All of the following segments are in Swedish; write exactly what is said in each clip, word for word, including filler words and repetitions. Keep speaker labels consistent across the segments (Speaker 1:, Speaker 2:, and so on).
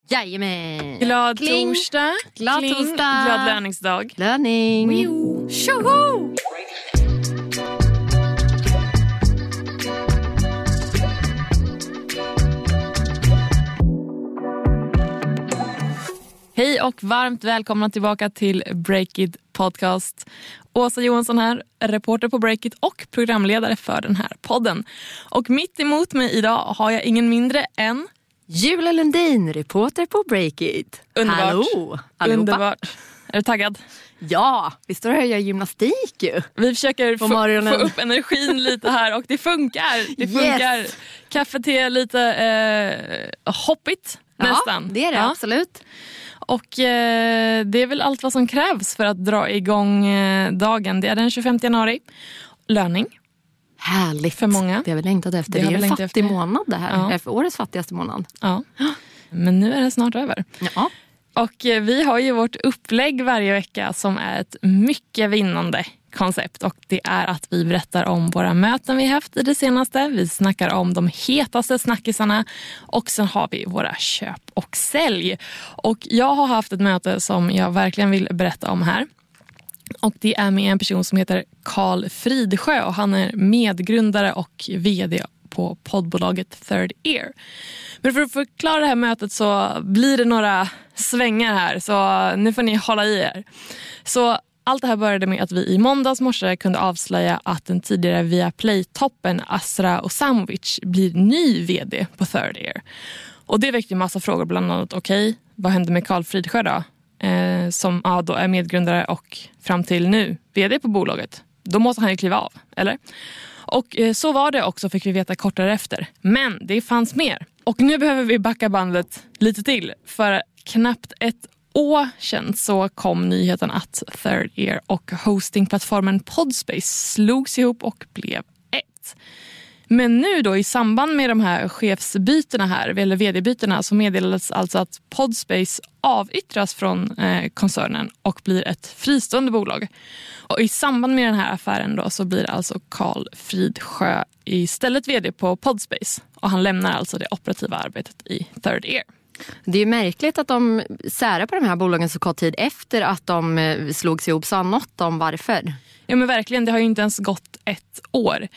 Speaker 1: Jajamän.
Speaker 2: Glad
Speaker 1: Kling.
Speaker 2: torsdag.
Speaker 1: Glad
Speaker 2: Kling.
Speaker 1: torsdag.
Speaker 2: Glad löningsdag.
Speaker 1: Löning.
Speaker 2: Wio.
Speaker 1: Tjoho!
Speaker 2: Hej och varmt välkomna tillbaka till Breakit Podcast. Åsa Johansson här, reporter på Breakit och programledare för den här podden. Och mitt emot mig idag har jag ingen mindre än...
Speaker 1: Julia Lundin, reporter på Breakit.
Speaker 2: Underbart.
Speaker 1: Hallå, allihopa.
Speaker 2: Underbart. Är du taggad?
Speaker 1: Ja, vi står här och gör gymnastik ju.
Speaker 2: Vi försöker få,
Speaker 1: morgonen.
Speaker 2: få upp energin lite här och det funkar. Det
Speaker 1: Yes.
Speaker 2: funkar. Kaffe, te, lite eh, hoppigt nästan.
Speaker 1: Ja, det är det,
Speaker 2: Ja.
Speaker 1: absolut.
Speaker 2: Och eh, det är väl allt vad som krävs för att dra igång eh, dagen. Det är den tjugofemte januari. Löning.
Speaker 1: Härligt.
Speaker 2: För många.
Speaker 1: Det har vi längtat efter.
Speaker 2: Det
Speaker 1: Det,
Speaker 2: har
Speaker 1: är
Speaker 2: vi
Speaker 1: en
Speaker 2: längtat
Speaker 1: fattig
Speaker 2: efter.
Speaker 1: månad det här.
Speaker 2: Ja.
Speaker 1: Det är för årets fattigaste månad.
Speaker 2: Ja. Men nu är det snart över.
Speaker 1: Ja.
Speaker 2: Och eh, vi har ju vårt upplägg varje vecka som är ett mycket vinnande koncept. Och det är att vi berättar om våra möten vi haft i det senaste. Vi snackar om de hetaste snackisarna. Och sen har vi våra köp och sälj. Och jag har haft ett möte som jag verkligen vill berätta om här. Och det är med en person som heter Carl Fridsjö och han är medgrundare och vd på poddbolaget Third Ear. Men för att förklara det här mötet så blir det några svängar här, så nu får ni hålla i er. Så allt det här började med att vi i måndags morse kunde avslöja att den tidigare Viaplay-toppen Asra Osamovic blir ny vd på Third Ear. Och det väckte en massa frågor, bland annat okej, okay, vad hände med Carl Fridsjö då? Eh, som ja, då är medgrundare och fram till nu vd på bolaget. Då måste han ju kliva av, eller? Och eh, så var det också, fick vi veta kort därefter. Men det fanns mer. Och nu behöver vi backa bandet lite till. För knappt ett år sedan så kom nyheten att Third Ear och hostingplattformen Podspace slogs ihop och blev ett. Men nu då i samband med de här chefsbytena här, eller vd-bytena, så meddelades alltså att Podspace avyttras från eh, koncernen och blir ett fristående bolag. Och i samband med den här affären då så blir alltså Carl Fridsjö istället vd på Podspace. Och han lämnar alltså det operativa arbetet i Third Ear.
Speaker 1: Det är ju märkligt att de särar på de här bolagen så kort tid efter att de slogs ihop. Sa något om varför?
Speaker 2: Ja men verkligen, det har ju inte ens gått ett år.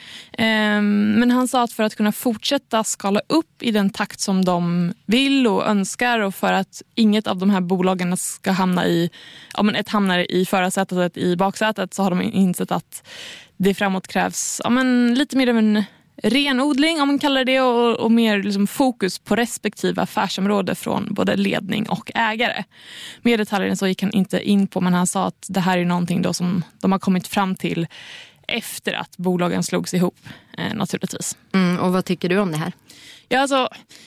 Speaker 2: Ehm, men han sa att för att kunna fortsätta skala upp i den takt som de vill och önskar och för att inget av de här bolagen ska hamna i, ja men ett hamnar i förarsätet och ett i baksätet, så har de insett att det framåt krävs ja men lite mer av en renodling om man kallar det och, och mer liksom fokus på respektive affärsområde från både ledning och ägare. Mer detaljer så gick han inte in på, men han sa att det här är någonting då som de har kommit fram till efter att bolagen slogs ihop eh, naturligtvis.
Speaker 1: Mm, och vad tycker du om det här?
Speaker 2: Ja alltså,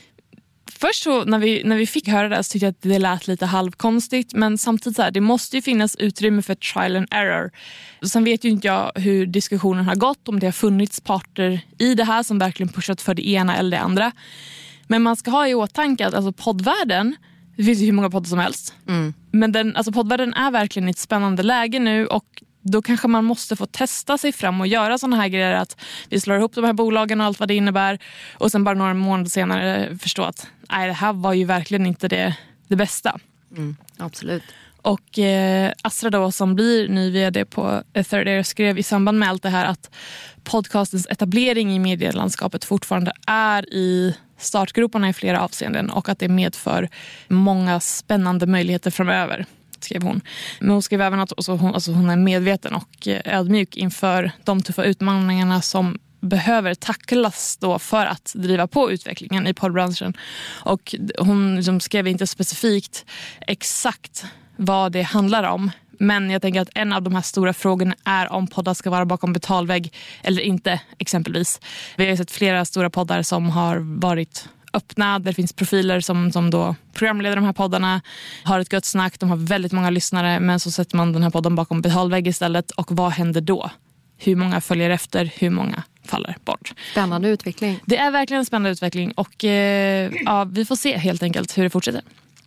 Speaker 2: först så när vi, när vi fick höra det så tyckte jag att det lät lite halvkonstigt, men samtidigt så här, det måste ju finnas utrymme för trial and error. Sen vet ju inte jag hur diskussionen har gått, om det har funnits parter i det här som verkligen pushat för det ena eller det andra. Men man ska ha i åtanke att alltså poddvärlden, det finns ju hur många poddar som helst. Mm. Men den, alltså poddvärlden är verkligen i ett spännande läge nu och då kanske man måste få testa sig fram och göra såna här grejer att vi slår ihop de här bolagen och allt vad det innebär och sen bara några månader senare förstå att nej, det här var ju verkligen inte det, det bästa.
Speaker 1: Mm, absolut.
Speaker 2: Och eh, Asra då som blir ny vd på Third Ear skrev i samband med allt det här att podcastens etablering i medielandskapet fortfarande är i startgroparna i flera avseenden och att det medför många spännande möjligheter framöver, skrev hon. Men hon skrev även att alltså hon, alltså hon är medveten och ödmjuk inför de tuffa utmaningarna som behöver tacklas då för att driva på utvecklingen i poddbranschen. Och hon liksom skrev inte specifikt exakt vad det handlar om. Men jag tänker att en av de här stora frågorna är om poddar ska vara bakom betalvägg eller inte, exempelvis. Vi har ju sett flera stora poddar som har varit öppna. Det finns profiler som, som då programleder de här poddarna, har ett gott snack, de har väldigt många lyssnare, men så sätter man den här podden bakom betalvägg istället. Och vad händer då? Hur många följer efter? Hur många faller bort?
Speaker 1: Spännande utveckling.
Speaker 2: Det är verkligen en spännande utveckling och eh, ja, vi får se helt enkelt hur det fortsätter.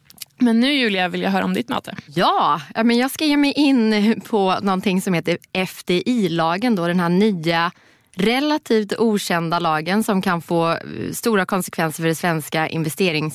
Speaker 2: Men nu Julia vill jag höra om ditt möte.
Speaker 1: Ja, men jag ska ge mig in på någonting som heter F D I-lagen då, den här nya relativt okända lagen som kan få stora konsekvenser för det svenska investerings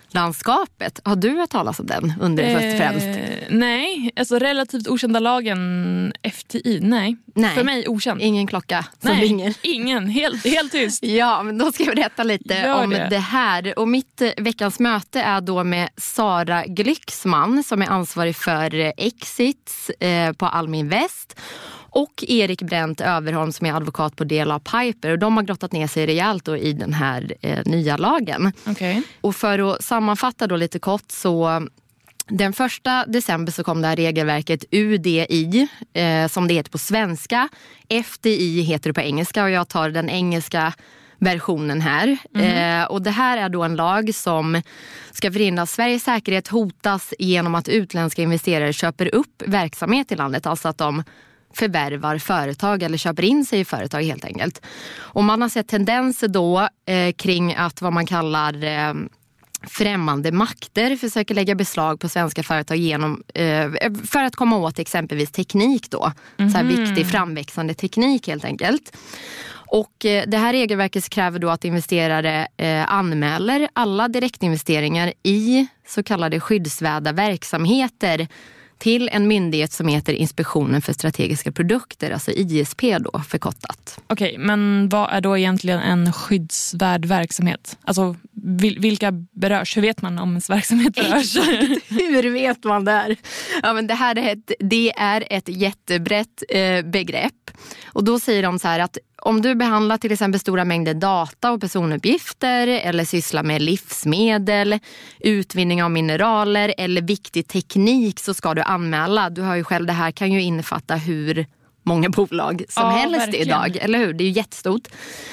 Speaker 1: landskapet. Har du hört talas om den under eh, först och främst?
Speaker 2: Nej, alltså relativt okända lagen F T I, nej. nej. För mig okänd.
Speaker 1: Ingen klocka som
Speaker 2: nej,
Speaker 1: ringer.
Speaker 2: Ingen, helt, helt tyst.
Speaker 1: Ja, men då ska vi berätta lite Gör om det. det här. Och mitt veckans möte är då med Sara Glycksman som är ansvarig för Exits eh, på Almi Invest. Och Erik Brent Överholm som är advokat på del av Piper. Och de har grottat ner sig rejält då i den här eh, nya lagen.
Speaker 2: Okay.
Speaker 1: Och för att sammanfatta då lite kort så... Den första december så kom det här regelverket U D I eh, som det heter på svenska. F D I heter det på engelska och jag tar den engelska versionen här. Mm. Eh, och det här är då en lag som ska förhindra att Sveriges säkerhet hotas genom att utländska investerare köper upp verksamhet i landet. Alltså att de förvärvar företag eller köper in sig i företag helt enkelt. Och man har sett tendenser då eh, kring att vad man kallar... Eh, främmande makter försöker lägga beslag på svenska företag genom, eh, för att komma åt exempelvis teknik då. Mm-hmm. Så här viktig framväxande teknik helt enkelt. Och eh, det här regelverket kräver då att investerare eh, anmäler alla direktinvesteringar i så kallade skyddsvärda verksamheter till en myndighet som heter Inspektionen för strategiska produkter, alltså I S P då förkortat.
Speaker 2: Okej, okay, men vad är då egentligen en skyddsvärd verksamhet? Alltså vilka berörs? Hur vet man om ens verksamhet berörs?
Speaker 1: Hur vet man det här? Ja, men det här är ett, det är ett jättebrett eh, begrepp. Och då säger de så här att om du behandlar till exempel stora mängder data och personuppgifter eller sysslar med livsmedel, utvinning av mineraler eller viktig teknik så ska du anmäla. Du har ju själv, det här kan ju innefatta hur många bolag som ja, helst verkligen. Idag, eller hur? Det är ju jättestort.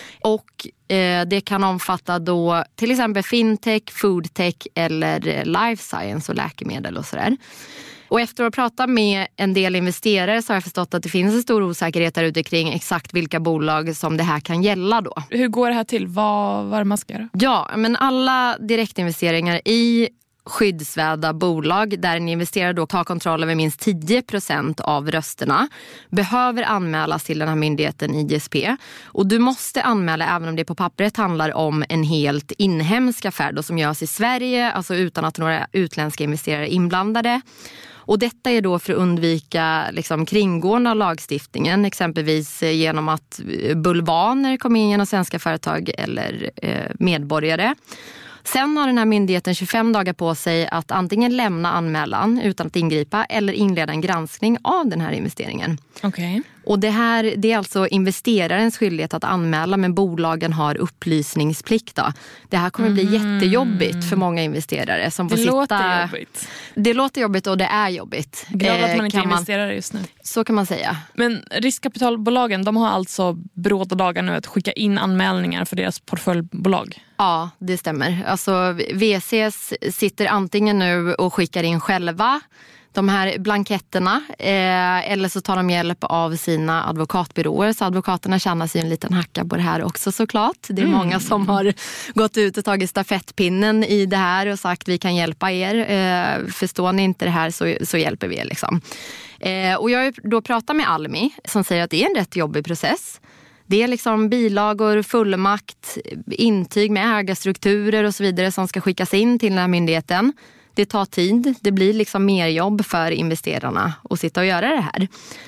Speaker 1: Och eh, det kan omfatta då till exempel fintech, foodtech eller life science och läkemedel och sådär. Och efter att prata med en del investerare så har jag förstått att det finns en stor osäkerhet där ute kring exakt vilka bolag som det här kan gälla då.
Speaker 2: Hur går det här till? Vad, vad är det man ska göra?
Speaker 1: Ja, men alla direktinvesteringar i skyddsvärda bolag där en investerare då tar kontroll över minst tio procent av rösterna behöver anmälas till den här myndigheten I S P. Och du måste anmäla även om det på pappret handlar om en helt inhemsk affär då, som görs i Sverige, alltså utan att några utländska investerare är inblandade. Och detta är då för att undvika liksom, kringgående av lagstiftningen, exempelvis genom att bulvaner kommer in genom svenska företag eller eh, medborgare. Sen har den här myndigheten tjugofem dagar på sig att antingen lämna anmälan utan att ingripa eller inleda en granskning av den här investeringen.
Speaker 2: Okay.
Speaker 1: Och det här, det är alltså investerarens skyldighet att anmäla, men bolagen har upplysningsplikt då. Det här kommer bli mm. jättejobbigt för många investerare som får
Speaker 2: det
Speaker 1: sitta...
Speaker 2: låter jobbigt.
Speaker 1: Det låter jobbigt och det är jobbigt.
Speaker 2: Glad att man inte
Speaker 1: kan
Speaker 2: investerar man... just nu.
Speaker 1: Så kan man säga.
Speaker 2: Men riskkapitalbolagen, de har alltså bråda dagar nu att skicka in anmälningar för deras portföljbolag.
Speaker 1: Ja, det stämmer. Alltså V C:s sitter antingen nu och skickar in själva de här blanketterna eh, eller så tar de hjälp av sina advokatbyråer. Så advokaterna tjänar sig en liten hacka på det här också såklart. Det är mm. många som har gått ut och tagit stafettpinnen i det här och sagt vi kan hjälpa er. Eh, förstår ni inte det här så, så hjälper vi er liksom. Eh, och jag har då pratat med Almi som säger att det är en rätt jobbig process. Det är liksom bilagor, fullmakt, intyg med ägarstrukturer och så vidare som ska skickas in till den här myndigheten. Det tar tid, det blir liksom mer jobb för investerarna att sitta och göra det här.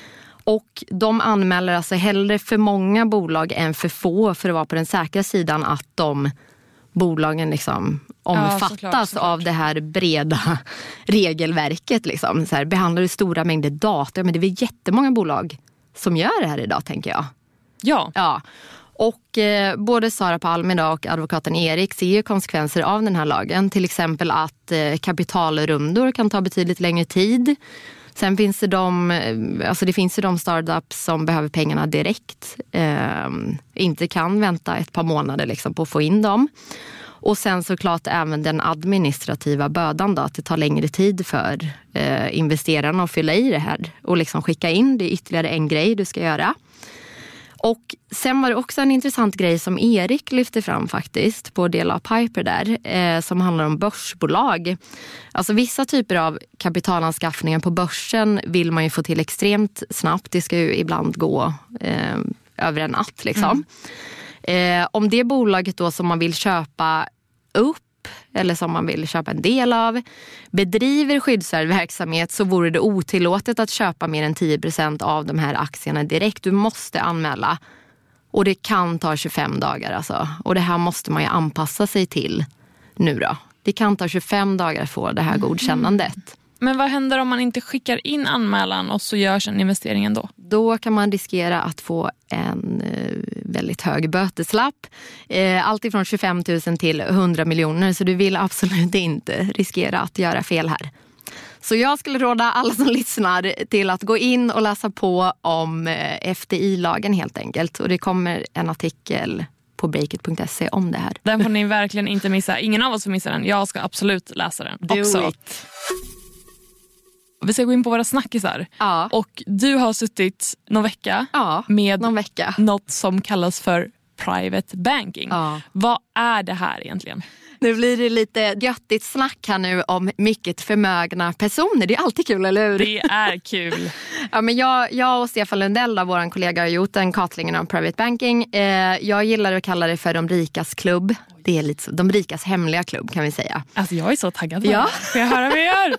Speaker 1: Och de anmäler alltså hellre för många bolag än för få för att vara på den säkra sidan att de bolagen liksom omfattas ja, såklart, såklart. av det här breda regelverket. Liksom. Så här, behandlar du stora mängder data? Men det är väl jättemånga bolag som gör det här idag, tänker jag.
Speaker 2: Ja.
Speaker 1: Ja. Och eh, både Sara på Almi och advokaten Erik ser ju konsekvenser av den här lagen. Till exempel att eh, kapitalrundor kan ta betydligt längre tid. Sen finns det de, alltså det finns ju de startups som behöver pengarna direkt. Eh, inte kan vänta ett par månader liksom på att få in dem. Och sen såklart även den administrativa bördan då, att det tar längre tid för eh, investerarna att fylla i det här. Och liksom skicka in, det är ytterligare en grej du ska göra. Och sen var det också en intressant grej som Erik lyfte fram faktiskt på del av Piper där, eh, som handlar om börsbolag. Alltså vissa typer av kapitalanskaffningar på börsen vill man ju få till extremt snabbt. Det ska ju ibland gå eh, över en natt liksom. Mm. Eh, om det bolaget då som man vill köpa upp eller som man vill köpa en del av, bedriver skyddsvärd verksamhet, så vore det otillåtet att köpa mer än tio procent av de här aktierna direkt. Du måste anmäla. Och det kan ta tjugofem dagar alltså. Och det här måste man ju anpassa sig till nu då. Det kan ta tjugofem dagar att få det här godkännandet.
Speaker 2: Men vad händer om man inte skickar in anmälan och så görs en investering ändå?
Speaker 1: Då kan man riskera att få en eh, väldigt hög böteslapp. Eh, allt ifrån tjugofem tusen till hundra miljoner. Så du vill absolut inte riskera att göra fel här. Så jag skulle råda alla som lyssnar till att gå in och läsa på om eh, F D I-lagen helt enkelt. Och det kommer en artikel på breakit punkt se om det här.
Speaker 2: Den får ni verkligen inte missa. Ingen av oss får missa den. Jag ska absolut läsa den
Speaker 1: Do
Speaker 2: också.
Speaker 1: It.
Speaker 2: Vi ska gå in på våra snackisar.
Speaker 1: Ja.
Speaker 2: Och du har suttit någon vecka
Speaker 1: Ja,
Speaker 2: med
Speaker 1: någon vecka.
Speaker 2: något som kallas för private banking.
Speaker 1: Ja.
Speaker 2: Vad är det här egentligen?
Speaker 1: Nu blir det lite göttigt snack här nu om mycket förmögna personer. Det är alltid kul, eller hur?
Speaker 2: Det är kul.
Speaker 1: Ja, men jag, jag och Stefan Lundell, vår kollega, har gjort en kartläggning av private banking. Eh, jag gillar att kalla det för de rikas klubb. Det är lite så, de rikas hemliga klubb kan vi säga.
Speaker 2: Alltså jag är så taggad på
Speaker 1: ja.
Speaker 2: det. Får jag höra vad jag gör?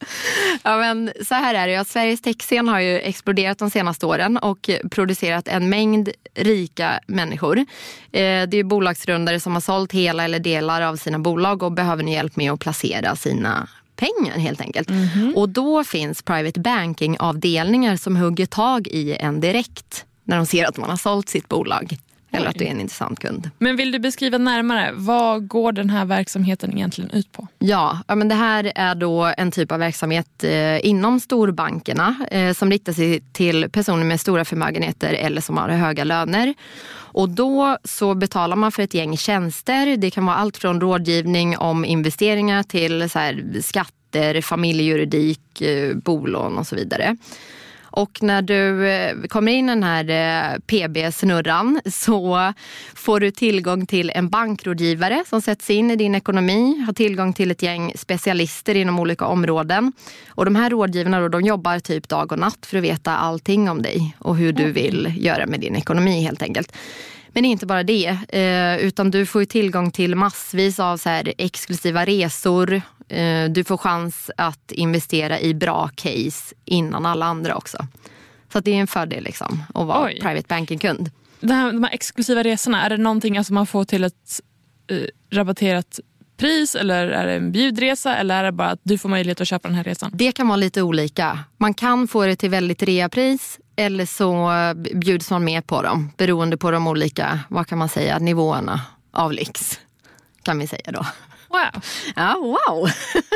Speaker 1: Ja, men så här är det. Att Sveriges techscen har ju exploderat de senaste åren och producerat en mängd rika människor. Eh, det är bolagsgrundare som har sålt hela eller delar av sina bolag och behöver ni hjälp med att placera sina pengar helt enkelt. Mm-hmm. Och då finns private banking-avdelningar som hugger tag i en direkt när de ser att man har sålt sitt bolag. Eller att du är en intressant kund.
Speaker 2: Men vill du beskriva närmare, vad går den här verksamheten egentligen ut på?
Speaker 1: Ja, ja men det här är då en typ av verksamhet eh, inom storbankerna eh, som riktar sig till personer med stora förmögenheter eller som har höga löner. Och då så betalar man för ett gäng tjänster. Det kan vara allt från rådgivning om investeringar till så här, skatter, familjejuridik, eh, bolån och så vidare. Och när du kommer in i den här P B-snurran så får du tillgång till en bankrådgivare som sätts in i din ekonomi. Har tillgång till ett gäng specialister inom olika områden. Och de här rådgivarna då, de jobbar typ dag och natt för att veta allting om dig och hur du vill göra med din ekonomi helt enkelt. Men inte bara det, utan du får ju tillgång till massvis av så här exklusiva resor. Du får chans att investera i bra case innan alla andra också. Så att det är en fördel liksom att vara Oj. private banking-kund.
Speaker 2: Det här, de här exklusiva resorna, är det någonting alltså man får till ett uh, rabatterat pris eller är det en bjudresa eller är det bara att du får möjlighet att köpa den här resan?
Speaker 1: Det kan vara lite olika. Man kan få det till väldigt rea pris eller så bjuds man med på dem beroende på de olika, vad kan man säga, nivåerna av lyx kan vi säga då.
Speaker 2: Wow.
Speaker 1: Ja, wow.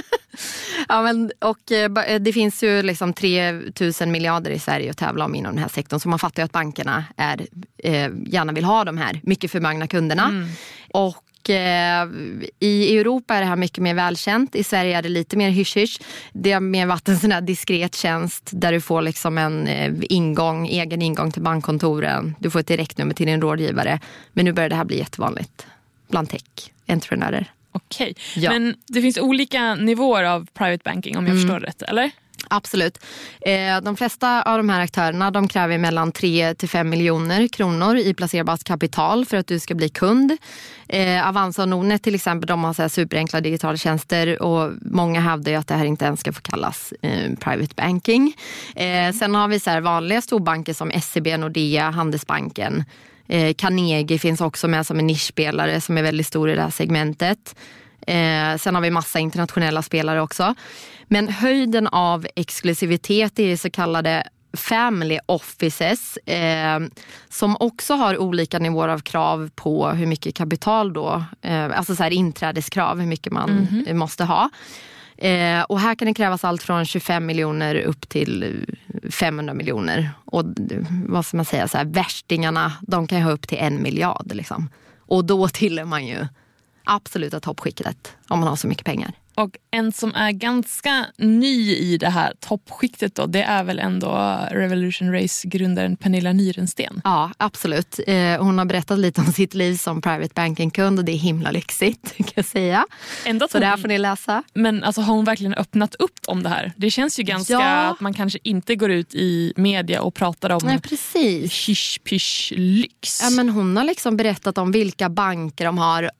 Speaker 1: Ja, men, och det finns ju liksom tre tusen miljarder i Sverige att tävla om inom den här sektorn. Så man fattar ju att bankerna är, eh, gärna vill ha de här mycket förmögna kunderna. Mm. Och eh, i Europa är det här mycket mer välkänt. I Sverige är det lite mer hysch-hysch. Det har mer varit en sån här diskret tjänst där du får liksom en eh, ingång, egen ingång till bankkontoren. Du får ett direktnummer till din rådgivare. Men nu börjar det här bli jättevanligt bland tech-entreprenörer.
Speaker 2: Okej, ja. Men det finns olika nivåer av private banking om jag mm. förstår rätt, eller?
Speaker 1: Absolut. Eh, de flesta av de här aktörerna de kräver mellan tre till fem miljoner kronor i placerbart kapital för att du ska bli kund. Eh, Avanza och Nordnet till exempel, de har så här superenkla digitala tjänster och många hävdar ju att det här inte ens ska få kallas eh, private banking. Eh, sen har vi så här vanliga storbanker som S E B, Nordea, Handelsbanken. Eh, Carnegie finns också med som en nischspelare som är väldigt stor i det här segmentet. Eh, sen har vi massa internationella spelare också. Men höjden av exklusivitet är så kallade family offices eh, som också har olika nivåer av krav på hur mycket kapital då, eh, alltså så här inträdeskrav, hur mycket man mm-hmm. måste ha. Eh, och här kan det krävas allt från tjugofem miljoner upp till femhundra miljoner. Och vad ska man säga, så här, värstingarna, de kan ju ha upp till en miljard liksom. Och då tillhör man ju absoluta toppskiktet om man har så mycket pengar.
Speaker 2: Och en som är ganska ny i det här toppskiktet då, det är väl ändå Revolution Race-grundaren Pernilla Nyrensten.
Speaker 1: Ja, absolut. Eh, hon har berättat lite om sitt liv som private banking-kund och det är himla lyxigt, kan jag säga.
Speaker 2: Ändå
Speaker 1: så hon, det här får ni läsa.
Speaker 2: Men alltså, har hon verkligen öppnat upp om det här? Det känns ju ganska ja. att man kanske inte går ut i media och pratar om
Speaker 1: Nej, precis.
Speaker 2: hysch-pysch-lyx.
Speaker 1: Ja, men hon har liksom berättat om vilka banker de har och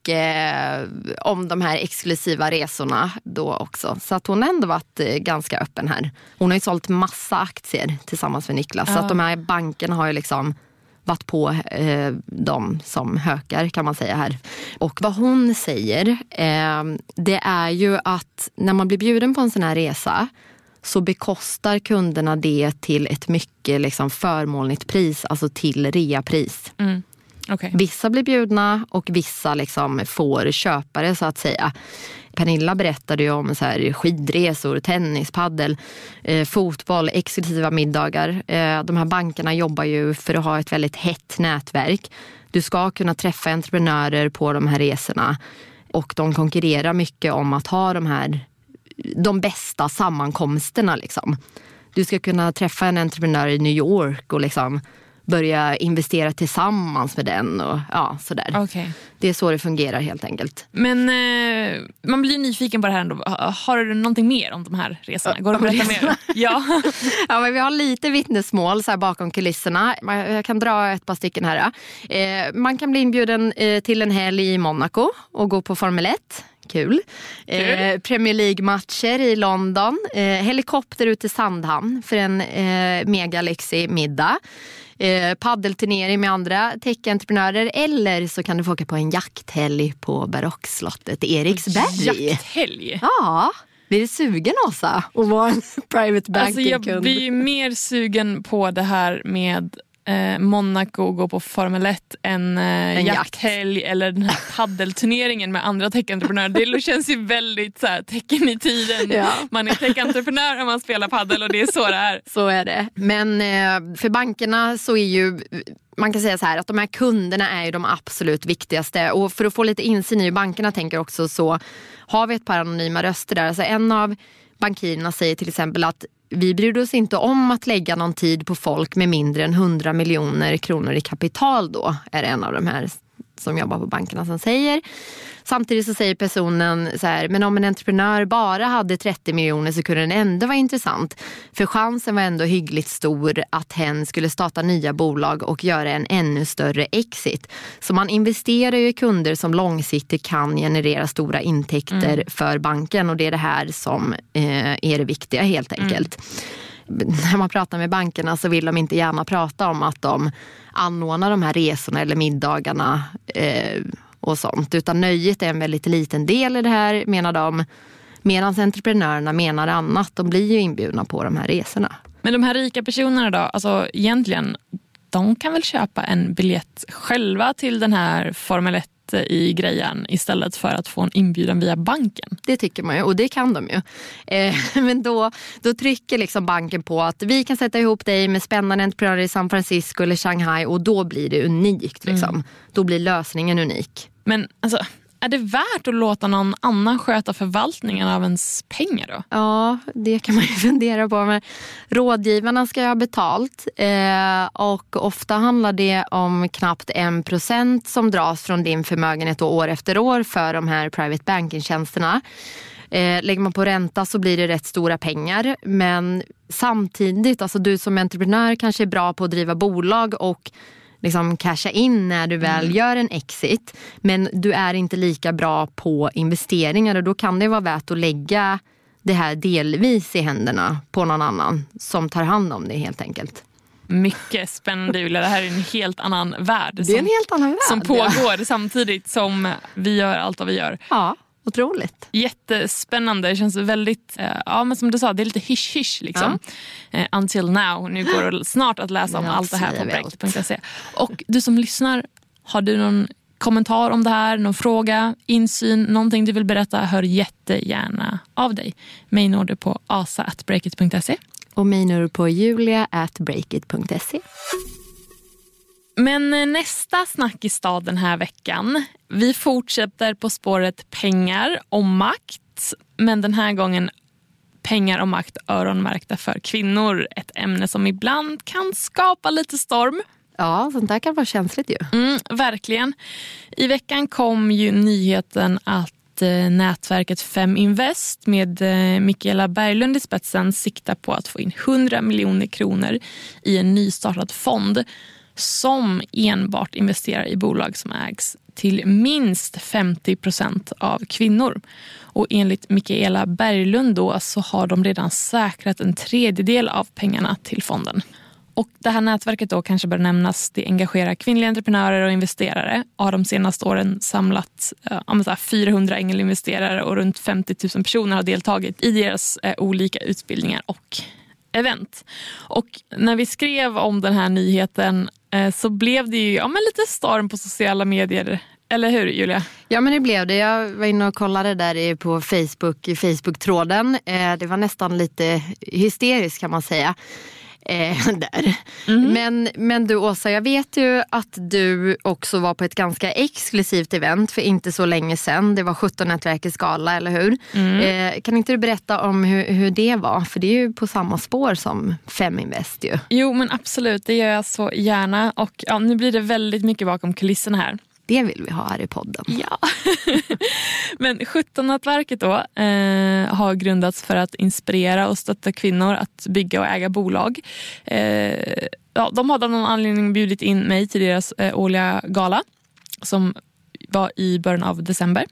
Speaker 1: mycket om de här exklusiva resorna då också. Så att hon har ändå varit ganska öppen här. Hon har ju sålt massa aktier tillsammans med Niklas. Ja. Så att de här bankerna har ju liksom varit på eh, dem som hökar kan man säga här. Och vad hon säger eh, det är ju att när man blir bjuden på en sån här resa så bekostar kunderna det till ett mycket liksom, förmånligt pris, alltså till reapris. Mm. Okay. Vissa blir bjudna och vissa liksom, får köpare så att säga. Pernilla berättade ju om så här, skidresor, tennis, paddel, eh, fotboll, exklusiva middagar. Eh, de här bankerna jobbar ju för att ha ett väldigt hett nätverk. Du ska kunna träffa entreprenörer på de här resorna och de konkurrerar mycket om att ha de här de bästa sammankomsterna liksom. Du ska kunna träffa en entreprenör i New York och liksom börja investera tillsammans med den och ja, sådär. Okay. Det är så det fungerar helt enkelt.
Speaker 2: Men eh, man blir nyfiken på det här ändå. Har du någonting mer om de här resorna? Går det att berätta mer? Ja.
Speaker 1: Ja, men vi har lite vittnesmål så här bakom kulisserna. Jag kan dra ett par stycken här. Eh, man kan bli inbjuden eh, till en helg i Monaco och gå på Formel ett. Kul. Eh, Premier League-matcher i London. Eh, helikopter ut till Sandhamn för en eh, mega-lyxig middag. Eh, paddelturnering med andra tech-entreprenörer. Eller så kan du få åka på en jakthelg på barockslottet Eriksberg.
Speaker 2: Jakthelg?
Speaker 1: Ja. Blir du sugen, Åsa? Att vara en private banking-kund?
Speaker 2: Alltså jag blir mer sugen på det här med Eh, Monaco går på Formel ett en, eh, en jakthelg jakt. Eller den här paddelturneringen med andra tech-entreprenörer. Det känns ju väldigt så här, tecken i tiden. Ja. Man är tech-entreprenör när man spelar paddel och det är så det är.
Speaker 1: Så är det. Men eh, för bankerna så är ju, man kan säga så här att de här kunderna är ju de absolut viktigaste. Och för att få lite insyn i hur bankerna tänker också så har vi ett par anonyma röster där. Alltså en av bankirerna säger till exempel att vi bryr oss inte om att lägga någon tid på folk med mindre än hundra miljoner kronor i kapital då, är det en av de här som jobbar på bankerna som säger. Samtidigt så säger personen så här, men om en entreprenör bara hade trettio miljoner så kunde den ändå vara intressant. För chansen var ändå hyggligt stor att hen skulle starta nya bolag och göra en ännu större exit. Så man investerar ju i kunder som långsiktigt kan generera stora intäkter mm. för banken och det är det här som eh, är det viktiga helt enkelt. Mm. När man pratar med bankerna så vill de inte gärna prata om att de anordnar de här resorna eller middagarna eh, och sånt. Utan nöjet är en väldigt liten del i det här, menar de. Medan entreprenörerna menar annat. De blir ju inbjudna på de här resorna.
Speaker 2: Men de här rika personerna då, alltså egentligen, de kan väl köpa en biljett själva till den här Formel ett i grejen istället för att få en inbjudan via banken.
Speaker 1: Det tycker man ju, och det kan de ju. Eh, men då, då trycker liksom banken på att vi kan sätta ihop dig med spännande entreprenörer i San Francisco eller Shanghai och då blir det unikt. Liksom. Mm. Då blir lösningen unik.
Speaker 2: Men alltså, är det värt att låta någon annan sköta förvaltningen av ens pengar då?
Speaker 1: Ja, det kan man ju fundera på. Men rådgivarna ska ju ha betalt eh, och ofta handlar det om knappt en procent som dras från din förmögenhet år efter år för de här private banking-tjänsterna. Eh, lägger man på ränta så blir det rätt stora pengar, men samtidigt, alltså du som entreprenör kanske är bra på att driva bolag och liksom casha in när du väl mm. gör en exit, men du är inte lika bra på investeringar och då kan det vara värt att lägga det här delvis i händerna på någon annan som tar hand om det helt enkelt.
Speaker 2: Mycket spännande, Julia. Det här är en helt annan värld.
Speaker 1: Det är som, en helt annan värld.
Speaker 2: Som pågår ja. Samtidigt som vi gör allt vad vi gör.
Speaker 1: Ja. Otroligt.
Speaker 2: Jättespännande. Det känns väldigt, eh, ja men som du sa, det är lite hysch-hysch liksom. Ja. Eh, until now. Nu går det snart att läsa om ja, allt det här på breakit punkt se. Och du som lyssnar, har du någon kommentar om det här, någon fråga, insyn, någonting du vill berätta, hör jättegärna av dig. Mig når du på asa at breakit punkt se.
Speaker 1: Och mig når du på julia at breakit punkt se.
Speaker 2: Men nästa snack i stad den här veckan. Vi fortsätter på spåret pengar och makt. Men den här gången pengar och makt öronmärkta för kvinnor. Ett ämne som ibland kan skapa lite storm.
Speaker 1: Ja, sånt där kan vara känsligt ju.
Speaker 2: Mm, verkligen. I veckan kom ju nyheten att eh, nätverket Feminvest med eh, Mikaela Berglund i spetsen siktar på att få in hundra miljoner kronor i en nystartad fond som enbart investerar i bolag som ägs till minst femtio procent av kvinnor. Och enligt Mikaela Berglund då, så har de redan säkrat en tredjedel av pengarna till fonden. Och det här nätverket då kanske bör nämnas, det engagerar kvinnliga entreprenörer och investerare. Har de senaste åren samlat eh, fyrahundra ängelinvesterare och runt femtio tusen personer har deltagit i deras eh, olika utbildningar och event. Och när vi skrev om den här nyheten eh, så blev det ju ja, men lite storm på sociala medier. Eller hur, Julia?
Speaker 1: Ja, men det blev det. Jag var inne och kollade där på Facebook, i Facebook-tråden. Eh, det var nästan lite hysteriskt kan man säga. Eh, där. Mm. Men, men du Åsa, jag vet ju att du också var på ett ganska exklusivt event för inte så länge sedan. Det var sjutton-nätverkets gala, eller hur? Mm. Eh, kan inte du berätta om hur, hur det var? För det är ju på samma spår som Feminvest ju.
Speaker 2: Jo, men absolut. Det gör jag så gärna. Och ja, nu blir det väldigt mycket bakom kulisserna här.
Speaker 1: Det vill vi ha här i podden.
Speaker 2: Ja. Men sjutton-nätverket då eh, har grundats för att inspirera och stötta kvinnor att bygga och äga bolag. Eh, ja, de hade av någon anledning bjudit in mig till deras eh, årliga gala som var i början av december.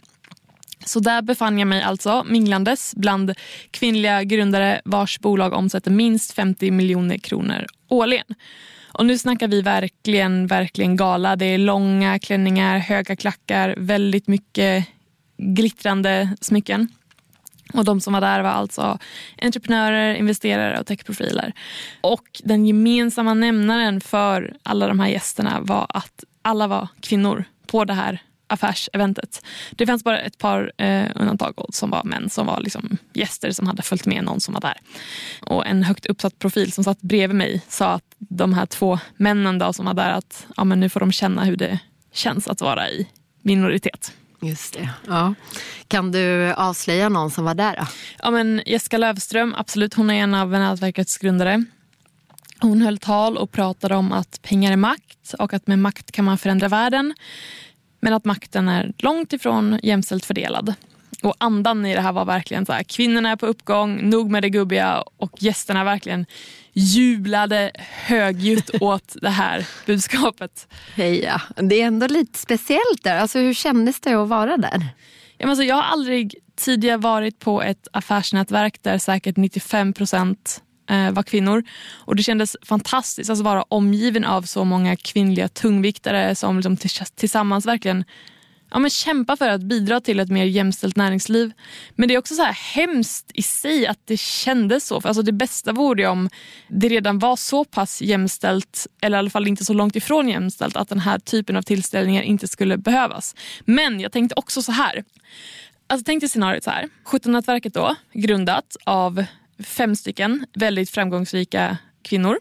Speaker 2: Så där befann jag mig alltså minglandes bland kvinnliga grundare vars bolag omsätter minst femtio miljoner kronor årligen. Och nu snackar vi verkligen, verkligen gala. Det är långa klänningar, höga klackar, väldigt mycket glittrande smycken. Och de som var där var alltså entreprenörer, investerare och techprofiler. Och den gemensamma nämnaren för alla de här gästerna var att alla var kvinnor på det här affärseventet. Det fanns bara ett par eh, undantag som var män som var liksom gäster som hade följt med någon som var där. Och en högt uppsatt profil som satt bredvid mig sa att de här två männen då som var där att ja, men nu får de känna hur det känns att vara i minoritet.
Speaker 1: Just det, ja. Kan du avslöja någon som var där då?
Speaker 2: Ja, men Jessica Löfström, absolut. Hon är en av nätverkets grundare. Hon höll tal och pratade om att pengar är makt och att med makt kan man förändra världen. Men att makten är långt ifrån jämställt fördelad. Och andan i det här var verkligen så här, kvinnorna är på uppgång, nog med det gubbiga, och gästerna verkligen jublade högljutt åt det här budskapet.
Speaker 1: Heja, det är ändå lite speciellt där. Alltså hur kändes det att vara där?
Speaker 2: Ja, men alltså, jag har aldrig tidigare varit på ett affärsnätverk där säkert nittiofem procent var kvinnor. Och det kändes fantastiskt att vara omgiven av så många kvinnliga tungviktare som liksom tillsammans verkligen ja, men kämpa för att bidra till ett mer jämställt näringsliv. Men det är också så här hemskt i sig att det kändes så. För alltså det bästa vore om det redan var så pass jämställt, eller i alla fall inte så långt ifrån jämställt, att den här typen av tillställningar inte skulle behövas. Men jag tänkte också så här. Alltså tänkte scenariot så här. sjutton-nätverket då, grundat av fem stycken väldigt framgångsrika kvinnor.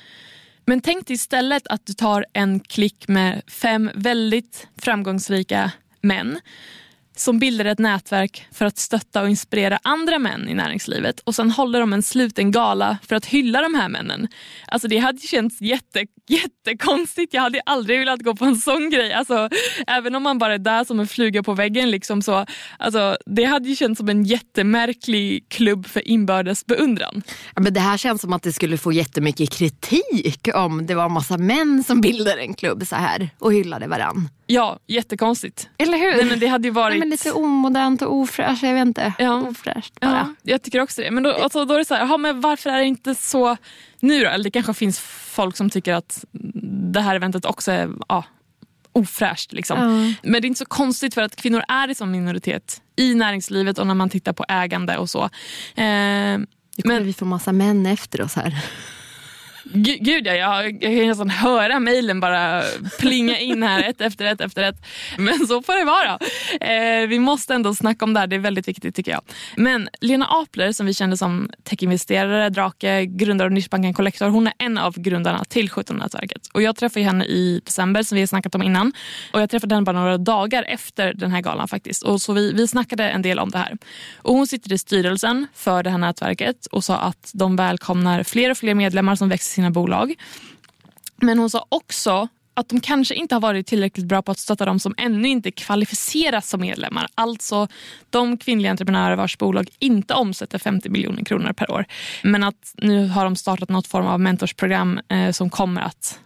Speaker 2: Men tänk istället att du tar en klick med fem väldigt framgångsrika män som bildar ett nätverk för att stötta och inspirera andra män i näringslivet. Och sen håller de en sluten gala för att hylla de här männen. Alltså det hade känts jätte, jättekonstigt. Jag hade aldrig velat gå på en sån grej. Alltså, även om man bara är där som en fluga på väggen. Liksom så, alltså, det hade ju känts som en jättemärklig klubb för inbördes beundran.
Speaker 1: Ja, men det här känns som att det skulle få jättemycket kritik om det var en massa män som bildade en klubb så här och hyllade varann.
Speaker 2: Ja, jättekonstigt.
Speaker 1: Eller hur?
Speaker 2: Nej, men det hade ju varit...
Speaker 1: Nej, men lite omodernt och ofräscht, jag vet inte.
Speaker 2: Ja.
Speaker 1: Ofräscht bara.
Speaker 2: Ja, jag tycker också det. Men då, alltså, då är det så här, ja, men varför är det inte så nu då? Eller det kanske finns folk som tycker att det här eventet också är ja, ofräscht. Liksom. Ja. Men det är inte så konstigt för att kvinnor är i som minoritet i näringslivet och när man tittar på ägande och så. Eh,
Speaker 1: det kommer men... vi få massa män efter oss här.
Speaker 2: Gud, ja, jag, jag kan nästan höra mejlen bara plinga in här ett efter ett efter ett. Men så får det vara. Eh, vi måste ändå snacka om det här, det är väldigt viktigt tycker jag. Men Lena Apler, som vi kände som techinvesterare, Drake, grundare av Nischbanken Collector, hon är en av grundarna till sjutton-nätverket. Och jag träffade henne i december som vi har snackat om innan. Och jag träffade henne bara några dagar efter den här galan faktiskt. Och så vi, vi snackade en del om det här. Och hon sitter i styrelsen för det här nätverket och sa att de välkomnar fler och fler medlemmar som växer sina bolag. Men hon sa också att de kanske inte har varit tillräckligt bra på att stötta dem som ännu inte kvalificeras som medlemmar. Alltså de kvinnliga entreprenörer vars bolag inte omsätter femtio miljoner kronor per år. Men att nu har de startat något form av mentorsprogram eh, som kommer att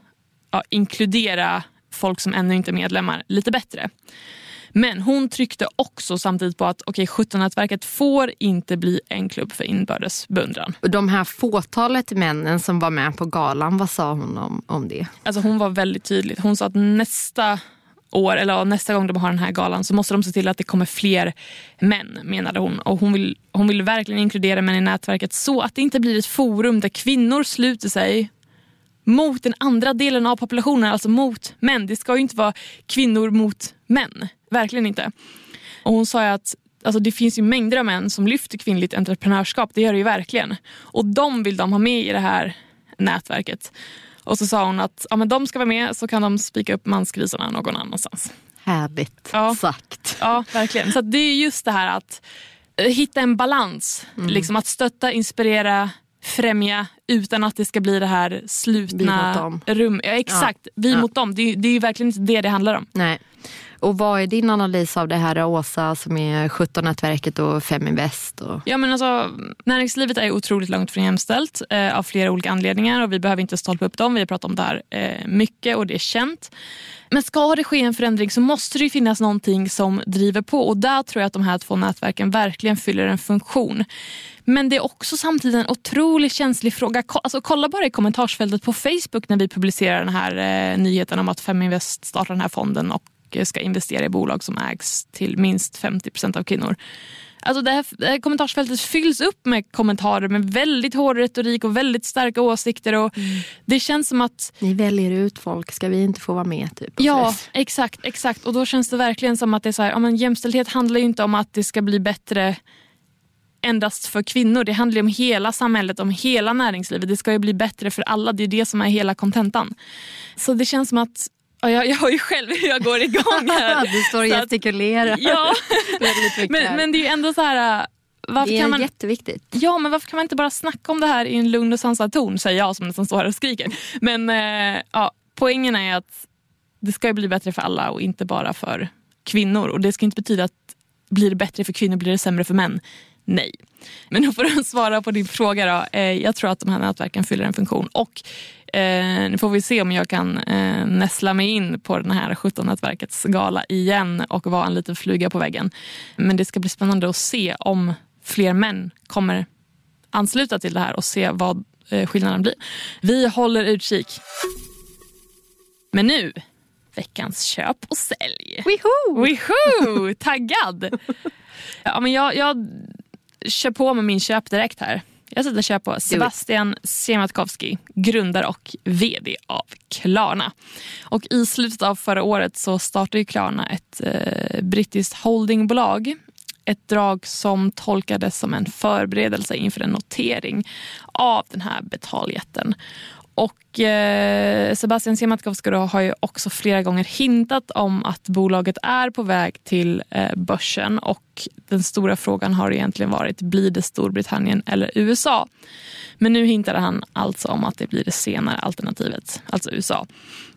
Speaker 2: ja, inkludera folk som ännu inte är medlemmar lite bättre. Men hon tryckte också samtidigt på att okej, sjutton-nätverket får inte bli en klubb för inbördes beundran.
Speaker 1: Och de här fåtalet männen som var med på galan, vad sa hon om, om det?
Speaker 2: Alltså hon var väldigt tydlig. Hon sa att nästa år, eller nästa gång de har den här galan, så måste de se till att det kommer fler män, menade hon. Och hon vill, hon vill verkligen inkludera män i nätverket så att det inte blir ett forum där kvinnor sluter sig mot den andra delen av populationen, alltså mot män. Det ska ju inte vara kvinnor mot män. Verkligen inte. Och hon sa att alltså, det finns ju mängder av män som lyfter kvinnligt entreprenörskap. Det gör det ju verkligen. Och de vill de ha med i det här nätverket. Och så sa hon att ja, men de ska vara med, så kan de spika upp mansgrisarna någon annanstans.
Speaker 1: Härligt
Speaker 2: ja.
Speaker 1: sagt.
Speaker 2: Ja, verkligen. Så det är just det här att hitta en balans. Mm. Liksom att stötta, inspirera, främja utan att det ska bli det här slutna rum. Ja, exakt, ja. vi ja. mot dem. Det, det är ju verkligen inte det det handlar om.
Speaker 1: Nej. Och vad är din analys av det här, Åsa, som är sjutton-nätverket och Feminvest? Och...
Speaker 2: Ja, men alltså, näringslivet är otroligt långt från jämställt eh, av flera olika anledningar, och vi behöver inte stolpa upp dem. Vi har pratat om det här eh, mycket och det är känt. Men ska det ske en förändring så måste det ju finnas någonting som driver på, och där tror jag att de här två nätverken verkligen fyller en funktion. Men det är också samtidigt en otroligt känslig fråga. Alltså, kolla bara i kommentarsfältet på Facebook när vi publicerar den här eh, nyheten om att Feminvest startar den här fonden och ska investera i bolag som ägs till minst femtio procent av kvinnor. Alltså det här, det här kommentarsfältet fylls upp med kommentarer med väldigt hård retorik och väldigt starka åsikter, och mm. det känns som att
Speaker 1: ni väljer ut folk, ska vi inte få vara med typ?
Speaker 2: Ja, exakt, exakt. Och då känns det verkligen som att det är så här, ja, men jämställdhet handlar ju inte om att det ska bli bättre endast för kvinnor. Det handlar om hela samhället, om hela näringslivet. Det ska ju bli bättre för alla. Det är det som är hela kontentan. Så det känns som att ja, jag, jag har ju själv hur jag går igång här.
Speaker 1: Du står och gestikulerar.
Speaker 2: Ja, men, men det är ju ändå så här... Varför
Speaker 1: det är
Speaker 2: kan man,
Speaker 1: jätteviktigt.
Speaker 2: Ja, men varför kan man inte bara snacka om det här i en lugn och sansad ton, säger jag som nästan står här och skriker. Men eh, ja, poängen är att det ska ju bli bättre för alla och inte bara för kvinnor. Och det ska inte betyda att blir det bättre för kvinnor blir det sämre för män. Nej. Men då får du svara på din fråga då. Eh, jag tror att de här nätverken fyller en funktion. Och eh, nu får vi se om jag kan eh, näsla mig in på den här sjutton-nätverkets gala igen och vara en liten fluga på väggen. Men det ska bli spännande att se om fler män kommer ansluta till det här och se vad eh, skillnaden blir. Vi håller utkik. Men nu, veckans köp och sälj.
Speaker 1: Wiho!
Speaker 2: Wiho! Taggad! Ja, men jag... jag kör på med min köp direkt här. Jag sätter köp på Sebastian Siemiatkowski, grundare och vd av Klarna. Och i slutet av förra året så startade Klarna ett eh, brittiskt holdingbolag. Ett drag som tolkades som en förberedelse inför en notering av den här betaljätten. Och eh, Sebastian Siemiatkowski då har ju också flera gånger hintat om att bolaget är på väg till eh, börsen, och den stora frågan har egentligen varit, blir det Storbritannien eller U S A? Men nu hintade han alltså om att det blir det senare alternativet, alltså U S A.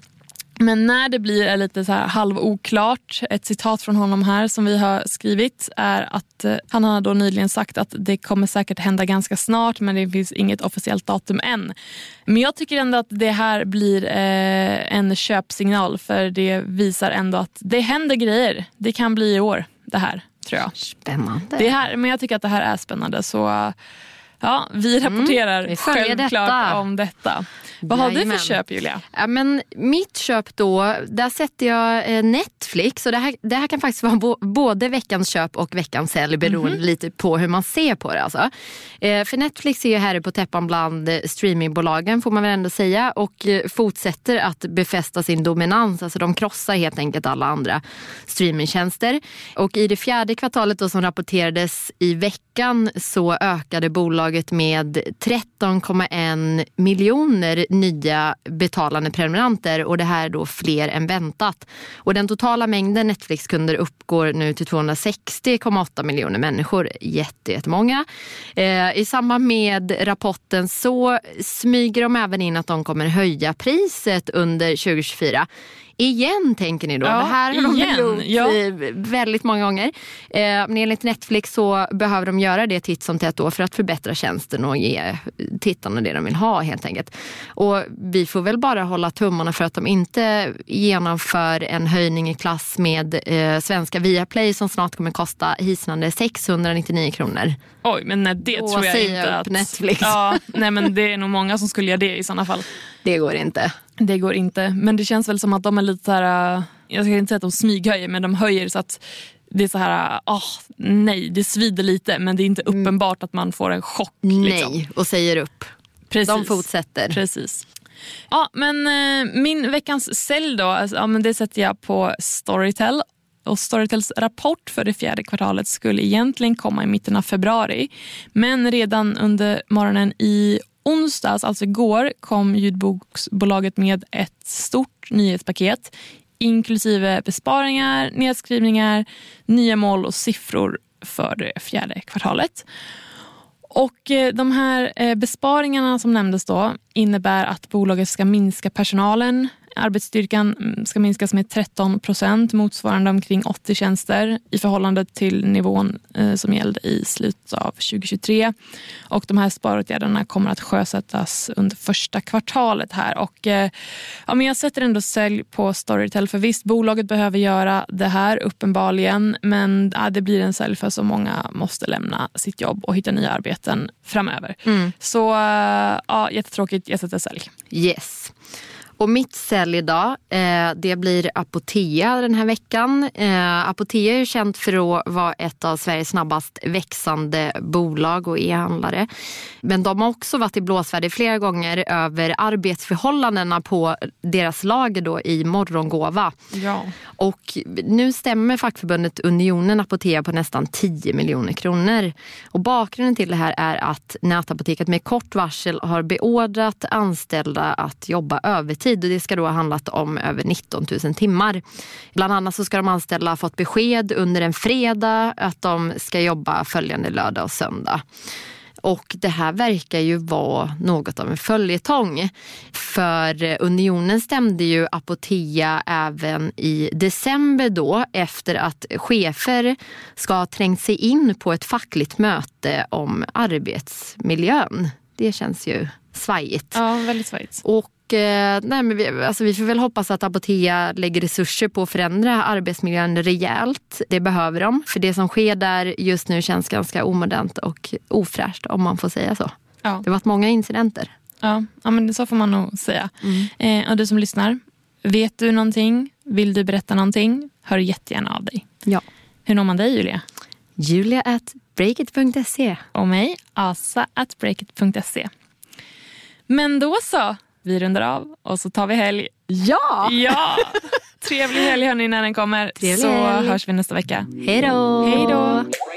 Speaker 2: Men när det blir lite så här halvoklart, ett citat från honom här som vi har skrivit är att eh, han har då nyligen sagt att det kommer säkert hända ganska snart, men det finns inget officiellt datum än. Men jag tycker ändå att det här blir eh, en köpsignal, för det visar ändå att det händer grejer. Det kan bli i år det här, tror jag.
Speaker 1: Spännande.
Speaker 2: Det här, men jag tycker att det här är spännande, så ja, vi rapporterar mm, vi självklart detta. om detta. Vad har du för köp, Julia?
Speaker 1: Ja, men mitt köp då, där sätter jag eh, Netflix. Och det här, det här kan faktiskt vara bo, både veckans köp och veckans sälj, beroende mm-hmm. lite på hur man ser på det. Alltså. Eh, för Netflix är ju här på täppan bland streamingbolagen, får man väl ändå säga. Och eh, fortsätter att befästa sin dominans. Alltså de krossar helt enkelt alla andra streamingtjänster. Och i det fjärde kvartalet då, som rapporterades i veckan, så ökade bolaget med tretton komma en miljoner nya betalande prenumeranter, och det här är då fler än väntat. Och den totala mängden Netflix-kunder uppgår nu till tvåhundrasextio komma åtta miljoner människor. Jätte, jättemånga. Eh, I samband med rapporten så smyger de även in att de kommer höja priset under tjugo tjugofyra. Igen tänker ni då.
Speaker 2: Ja,
Speaker 1: det här har de
Speaker 2: igen.
Speaker 1: gjort
Speaker 2: Ja.
Speaker 1: väldigt många gånger. Eh, men enligt Netflix så behöver de göra det titt som tätt då för att förbättra tjänsten och ge tittarna det de vill ha helt enkelt. Och vi får väl bara hålla tummarna för att de inte genomför en höjning i klass med eh, svenska Viaplay som snart kommer kosta hisnande sexhundranittionio kronor.
Speaker 2: Oj, men nej, det
Speaker 1: Och
Speaker 2: tror jag
Speaker 1: säga
Speaker 2: inte
Speaker 1: upp
Speaker 2: att...
Speaker 1: Netflix.
Speaker 2: Ja, nej, men det är nog många som skulle göra det i sådana fall.
Speaker 1: Det går inte.
Speaker 2: Det går inte, men det känns väl som att de är lite så här, jag ska inte säga att de smyghöjer, men de höjer så att det är så här, åh, nej, det svider lite, men det är inte uppenbart att man får en chock. Liksom.
Speaker 1: Nej, och säger upp.
Speaker 2: Precis.
Speaker 1: De fortsätter.
Speaker 2: Precis. Ja, men eh, min veckans sälj då, alltså, ja, men det sätter jag på Storytel. Och Storytels rapport för det fjärde kvartalet skulle egentligen komma i mitten av februari. Men redan under morgonen i onsdags, alltså igår, kom ljudboksbolaget med ett stort nyhetspaket inklusive besparingar, nedskrivningar, nya mål och siffror för det fjärde kvartalet. Och de här besparingarna som nämndes då innebär att bolaget ska minska personalen. Arbetsstyrkan ska minskas med tretton procent, motsvarande omkring åttio tjänster i förhållande till nivån eh, som gällde i slutet av tjugohundratjugotre. Och de här sparåtgärderna kommer att sjösättas under första kvartalet här. Och eh, ja, men jag sätter ändå sälj på Storytel, för visst, bolaget behöver göra det här uppenbarligen, men ja, det blir en sälj för så många måste lämna sitt jobb och hitta nya arbeten framöver. Mm. Så eh, ja, jättetråkigt, jag sätter sälj.
Speaker 1: Yes. Och mitt sälj idag, eh, det blir Apotea den här veckan. Eh, Apotea är känt för att vara ett av Sveriges snabbast växande bolag och e-handlare. Men de har också varit i blåsväder flera gånger över arbetsförhållandena på deras lager då i Morgongåva.
Speaker 2: Ja.
Speaker 1: Och nu stämmer fackförbundet Unionen Apotea på nästan tio miljoner kronor. Och bakgrunden till det här är att Nätapoteket med kort varsel har beordrat anställda att jobba övertid. Och det ska då ha handlat om över nitton tusen timmar. Bland annat så ska de anställda ha fått besked under en fredag att de ska jobba följande lördag och söndag. Och det här verkar ju vara något av en följetong. För Unionen stämde ju Apotea även i december då, efter att chefer ska ha trängt sig in på ett fackligt möte om arbetsmiljön. Det känns ju svajigt.
Speaker 2: Ja, väldigt svajigt.
Speaker 1: Och nej, men vi, alltså vi får väl hoppas att Apotea lägger resurser på att förändra arbetsmiljön rejält. Det behöver de, för det som sker där just nu känns ganska omodernt och ofräscht, om man får säga så. Ja. Det har varit många incidenter.
Speaker 2: Ja, ja, men så får man nog säga. Mm. Eh, och du som lyssnar, vet du någonting? Vill du berätta någonting? Hör jättegärna av dig.
Speaker 1: Ja.
Speaker 2: Hur når man dig, Julia?
Speaker 1: Julia at breakit punkt se.
Speaker 2: Och mig, Asa at breakit punkt se. Men då så, vi rundar av och så tar vi helg.
Speaker 1: Ja!
Speaker 2: Ja! Trevlig helg hörni när den kommer.
Speaker 1: Trevlig
Speaker 2: så
Speaker 1: helg.
Speaker 2: hörs vi nästa vecka.
Speaker 1: Hej då!
Speaker 2: Hej då!